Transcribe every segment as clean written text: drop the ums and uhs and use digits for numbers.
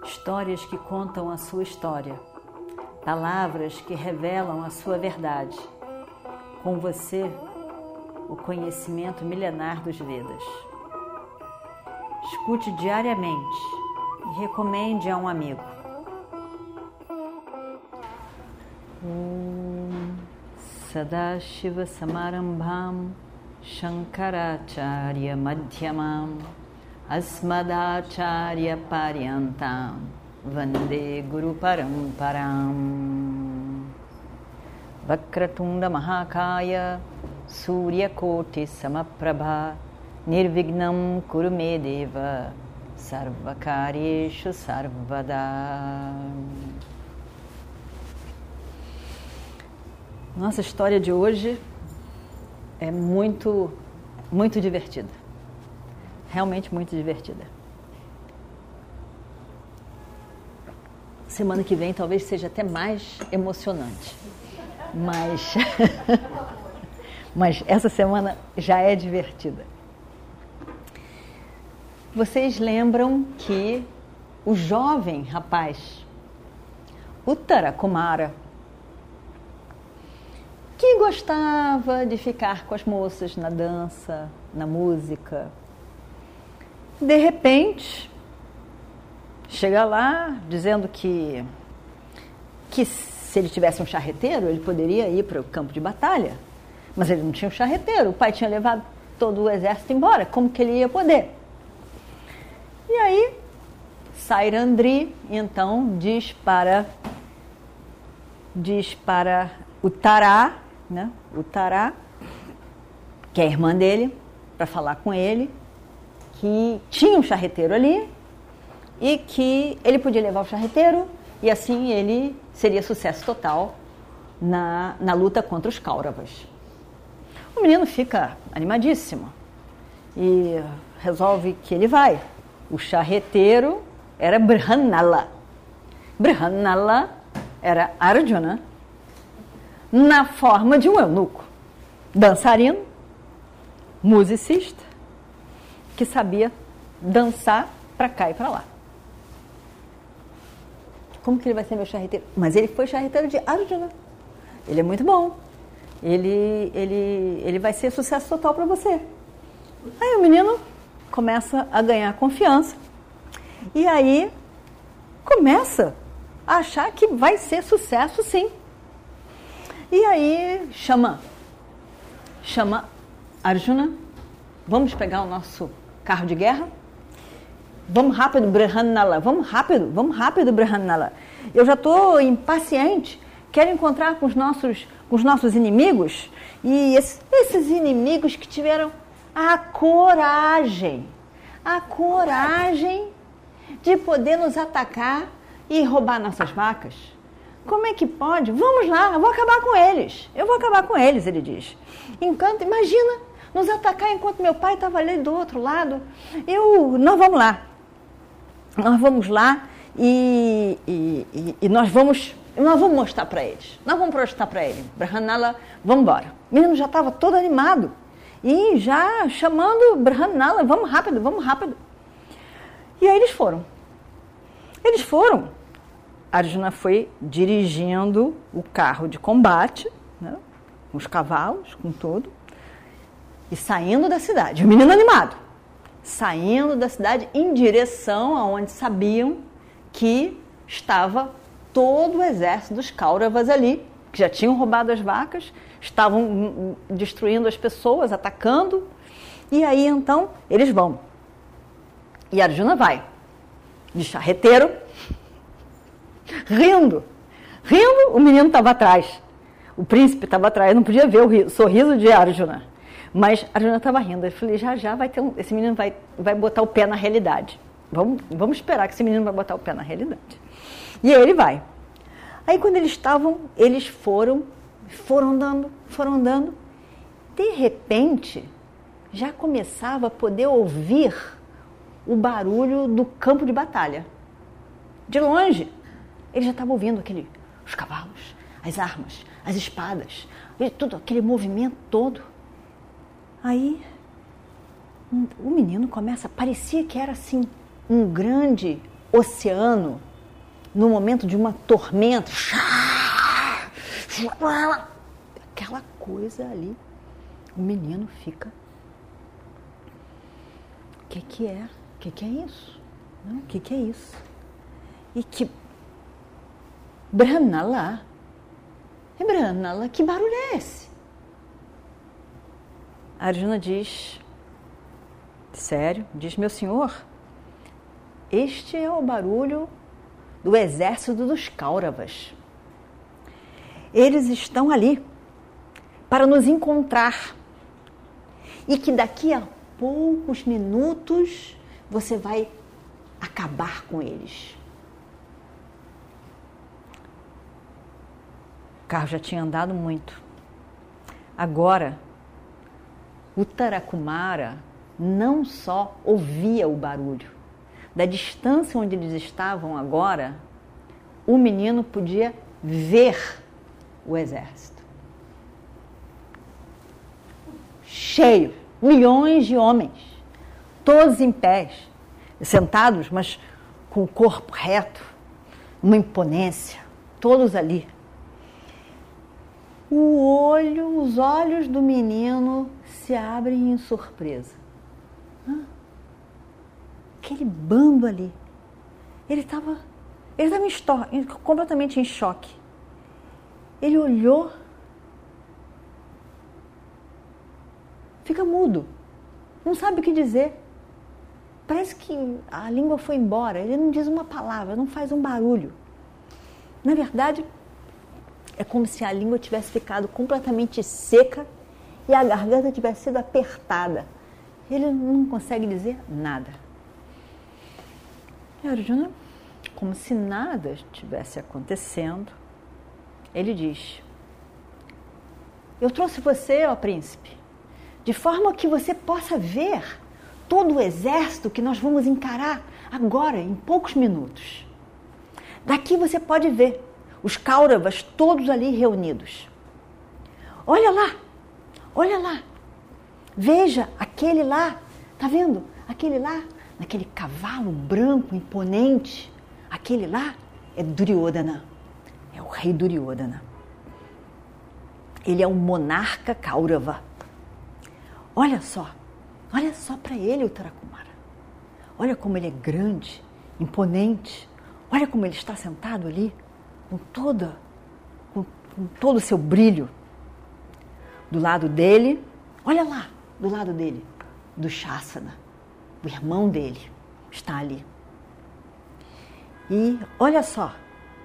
Histórias que contam a sua história, palavras que revelam a sua verdade. Com você, o conhecimento milenar dos Vedas. Escute diariamente e recomende a um amigo. Sadashiva Samarambham Shankaracharya Madhyamam Asmadacharya Paryantam Vande Guru Paramparam. Vakratunda Mahakaya Suryakoti Samaprabha Nirvignam Kurumedeva Sarvakaryeshu Sarvada. Nossa história de hoje é muito divertida. Realmente muito divertida. Semana que vem talvez seja até mais emocionante. Mas essa semana já é divertida. Vocês lembram que o jovem rapaz, Uttara Kumara, que gostava de ficar com as moças na dança, na música, de repente chega lá dizendo que se ele tivesse um charreteiro, ele poderia ir para o campo de batalha, mas ele não tinha um charreteiro, o pai tinha levado todo o exército embora, como que ele ia poder? E aí Sairandri então diz para Uttara, né? Uttara, que é a irmã dele, para falar com ele, que tinha um charreteiro ali e que ele podia levar o charreteiro e assim ele seria sucesso total na luta contra os Kauravas. O menino fica animadíssimo e resolve que ele vai. O charreteiro era Brihannala. Brihannala era Arjuna na forma de um eunuco, dançarino, musicista, que sabia dançar para cá e para lá. Como que ele vai ser meu charreteiro? Mas ele foi charreteiro de Arjuna. Ele é muito bom. Ele vai ser sucesso total para você. Aí o menino começa a ganhar confiança e aí começa a achar que vai ser sucesso sim. E aí chama Arjuna, vamos pegar o nosso carro de guerra, vamos rápido, Brihannala, vamos rápido, Brihannala. Eu já estou impaciente, quero encontrar com os nossos inimigos, e esses inimigos que tiveram a coragem de poder nos atacar e roubar nossas vacas. Como é que pode? Vamos lá, eu vou acabar com eles, ele diz. Imagina, nos atacar enquanto meu pai estava ali do outro lado. Nós vamos lá e nós vamos mostrar para eles. Nós vamos mostrar para ele. Brihannala, vamos embora. O menino já estava todo animado e já chamando Brihannala, vamos rápido. E aí eles foram. Arjuna foi dirigindo o carro de combate, né, com os cavalos, com tudo, e saindo da cidade. O menino animado, saindo da cidade em direção aonde sabiam que estava todo o exército dos Kauravas ali, que já tinham roubado as vacas, estavam destruindo as pessoas, atacando. E aí então eles vão. E Arjuna vai, de charreteiro, rindo, o menino estava atrás, o príncipe estava atrás, não podia ver o sorriso de Arjuna, mas Arjuna estava rindo. Eu falei, já vai ter esse menino vai botar o pé na realidade, vamos esperar que esse menino vai botar o pé na realidade. E aí ele vai. Aí quando eles foram andando, de repente já começava a poder ouvir o barulho do campo de batalha, de longe. Ele já estava ouvindo os cavalos, as armas, as espadas, tudo, aquele movimento todo. Aí o menino parecia que era assim, um grande oceano, no momento de uma tormenta, aquela coisa ali, o menino fica, o que é? O que é isso? Não, o que é isso? E que Branala, que barulho é esse? Arjuna diz, sério, diz, meu senhor, este é o barulho do exército dos Kauravas. Eles estão ali para nos encontrar e que daqui a poucos minutos você vai acabar com eles. O carro já tinha andado muito. Agora, o Tarakumara não só ouvia o barulho. Da distância onde eles estavam agora, o menino podia ver o exército. Cheio, milhões de homens, todos em pés, sentados, mas com o corpo reto, uma imponência, todos ali. Os olhos do menino se abrem em surpresa. Aquele bando ali. Ele estava completamente em choque. Ele olhou, fica mudo, não sabe o que dizer. Parece que a língua foi embora, ele não diz uma palavra, não faz um barulho. Na verdade, é como se a língua tivesse ficado completamente seca e a garganta tivesse sido apertada. Ele não consegue dizer nada. E Arjuna, como se nada estivesse acontecendo, ele diz, eu trouxe você, ó príncipe, de forma que você possa ver todo o exército que nós vamos encarar agora, em poucos minutos. Daqui você pode ver os Kauravas todos ali reunidos. Olha lá, veja aquele lá, tá vendo? Aquele lá, naquele cavalo branco, imponente, aquele lá é Duryodhana, é o rei Duryodhana. Ele é um monarca Kaurava. Olha só para ele, o Tarakumara. Olha como ele é grande, imponente. Olha como ele está sentado ali, com todo o seu brilho. Do lado dele, olha lá, do lado dele, do Shasana, o irmão dele, está ali. E olha só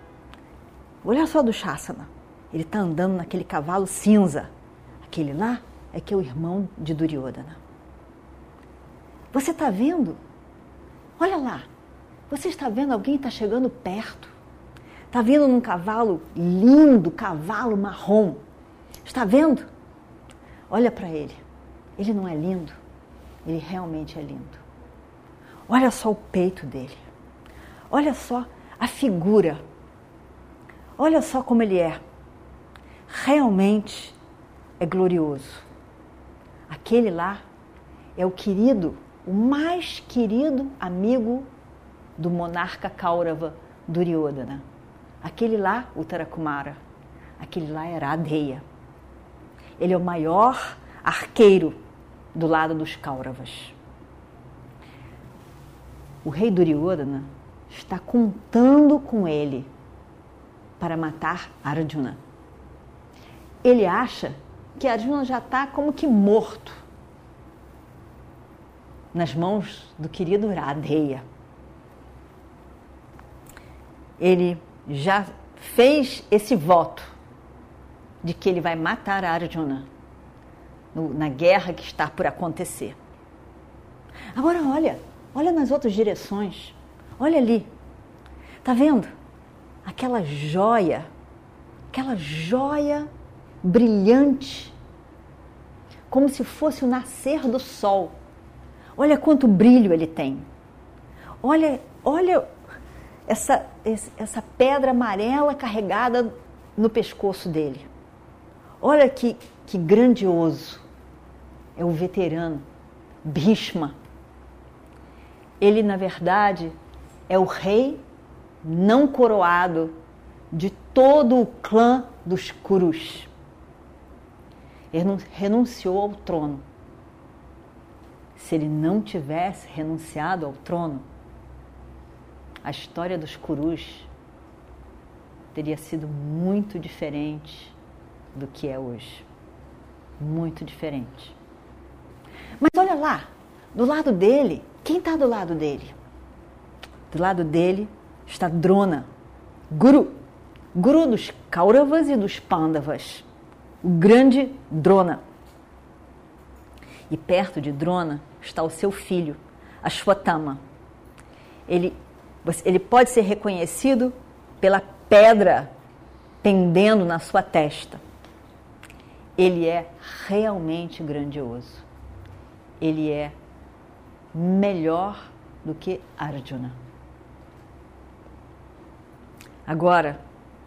do Shasana. Ele está andando naquele cavalo cinza. Aquele lá é que é o irmão de Duryodhana. Você está vendo? Olha lá. Você está vendo alguém está chegando perto. Está vindo num cavalo lindo, cavalo marrom. Está vendo? Olha para ele. Ele não é lindo? Ele realmente é lindo. Olha só o peito dele. Olha só a figura. Olha só como ele é. Realmente é glorioso. Aquele lá é o mais querido amigo do monarca Kaurava Duryodhana. Aquele lá, o Tarakumara, aquele lá era Adheya. Ele é o maior arqueiro do lado dos Kauravas. O rei Duryodhana está contando com ele para matar Arjuna. Ele acha que Arjuna já está como que morto nas mãos do querido Adheya. Ele já fez esse voto de que ele vai matar Arjuna na guerra que está por acontecer. Agora olha nas outras direções. Olha ali. Tá vendo? Aquela joia brilhante, como se fosse o nascer do sol. Olha quanto brilho ele tem. Olha essa pedra amarela carregada no pescoço dele. Olha que grandioso. É o veterano Bhishma. Ele, na verdade, é o rei não coroado de todo o clã dos Kurus. Ele renunciou ao trono. Se ele não tivesse renunciado ao trono, a história dos Kurus teria sido muito diferente do que é hoje. Muito diferente. Mas olha lá, do lado dele, quem está do lado dele? Do lado dele está Drona, Guru dos Kauravas e dos Pandavas, o grande Drona. E perto de Drona está o seu filho, Ashwatthama. Ele pode ser reconhecido pela pedra pendendo na sua testa. Ele é realmente grandioso. Ele é melhor do que Arjuna. Agora,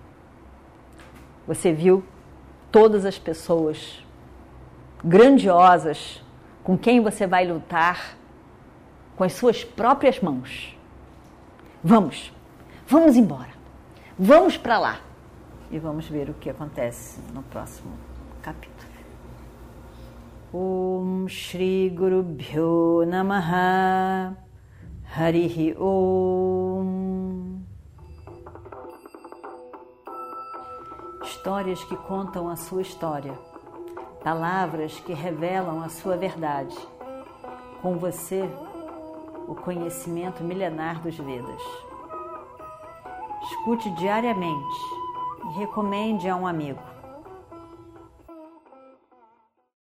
você viu todas as pessoas grandiosas com quem você vai lutar com as suas próprias mãos. Vamos embora. Vamos para lá. E vamos ver o que acontece no próximo capítulo. Om Shri Guru Bhyo Namaha Harihi Om. Histórias que contam a sua história. Palavras que revelam a sua verdade. Com você, o conhecimento milenar dos Vedas. Escute diariamente e recomende a um amigo.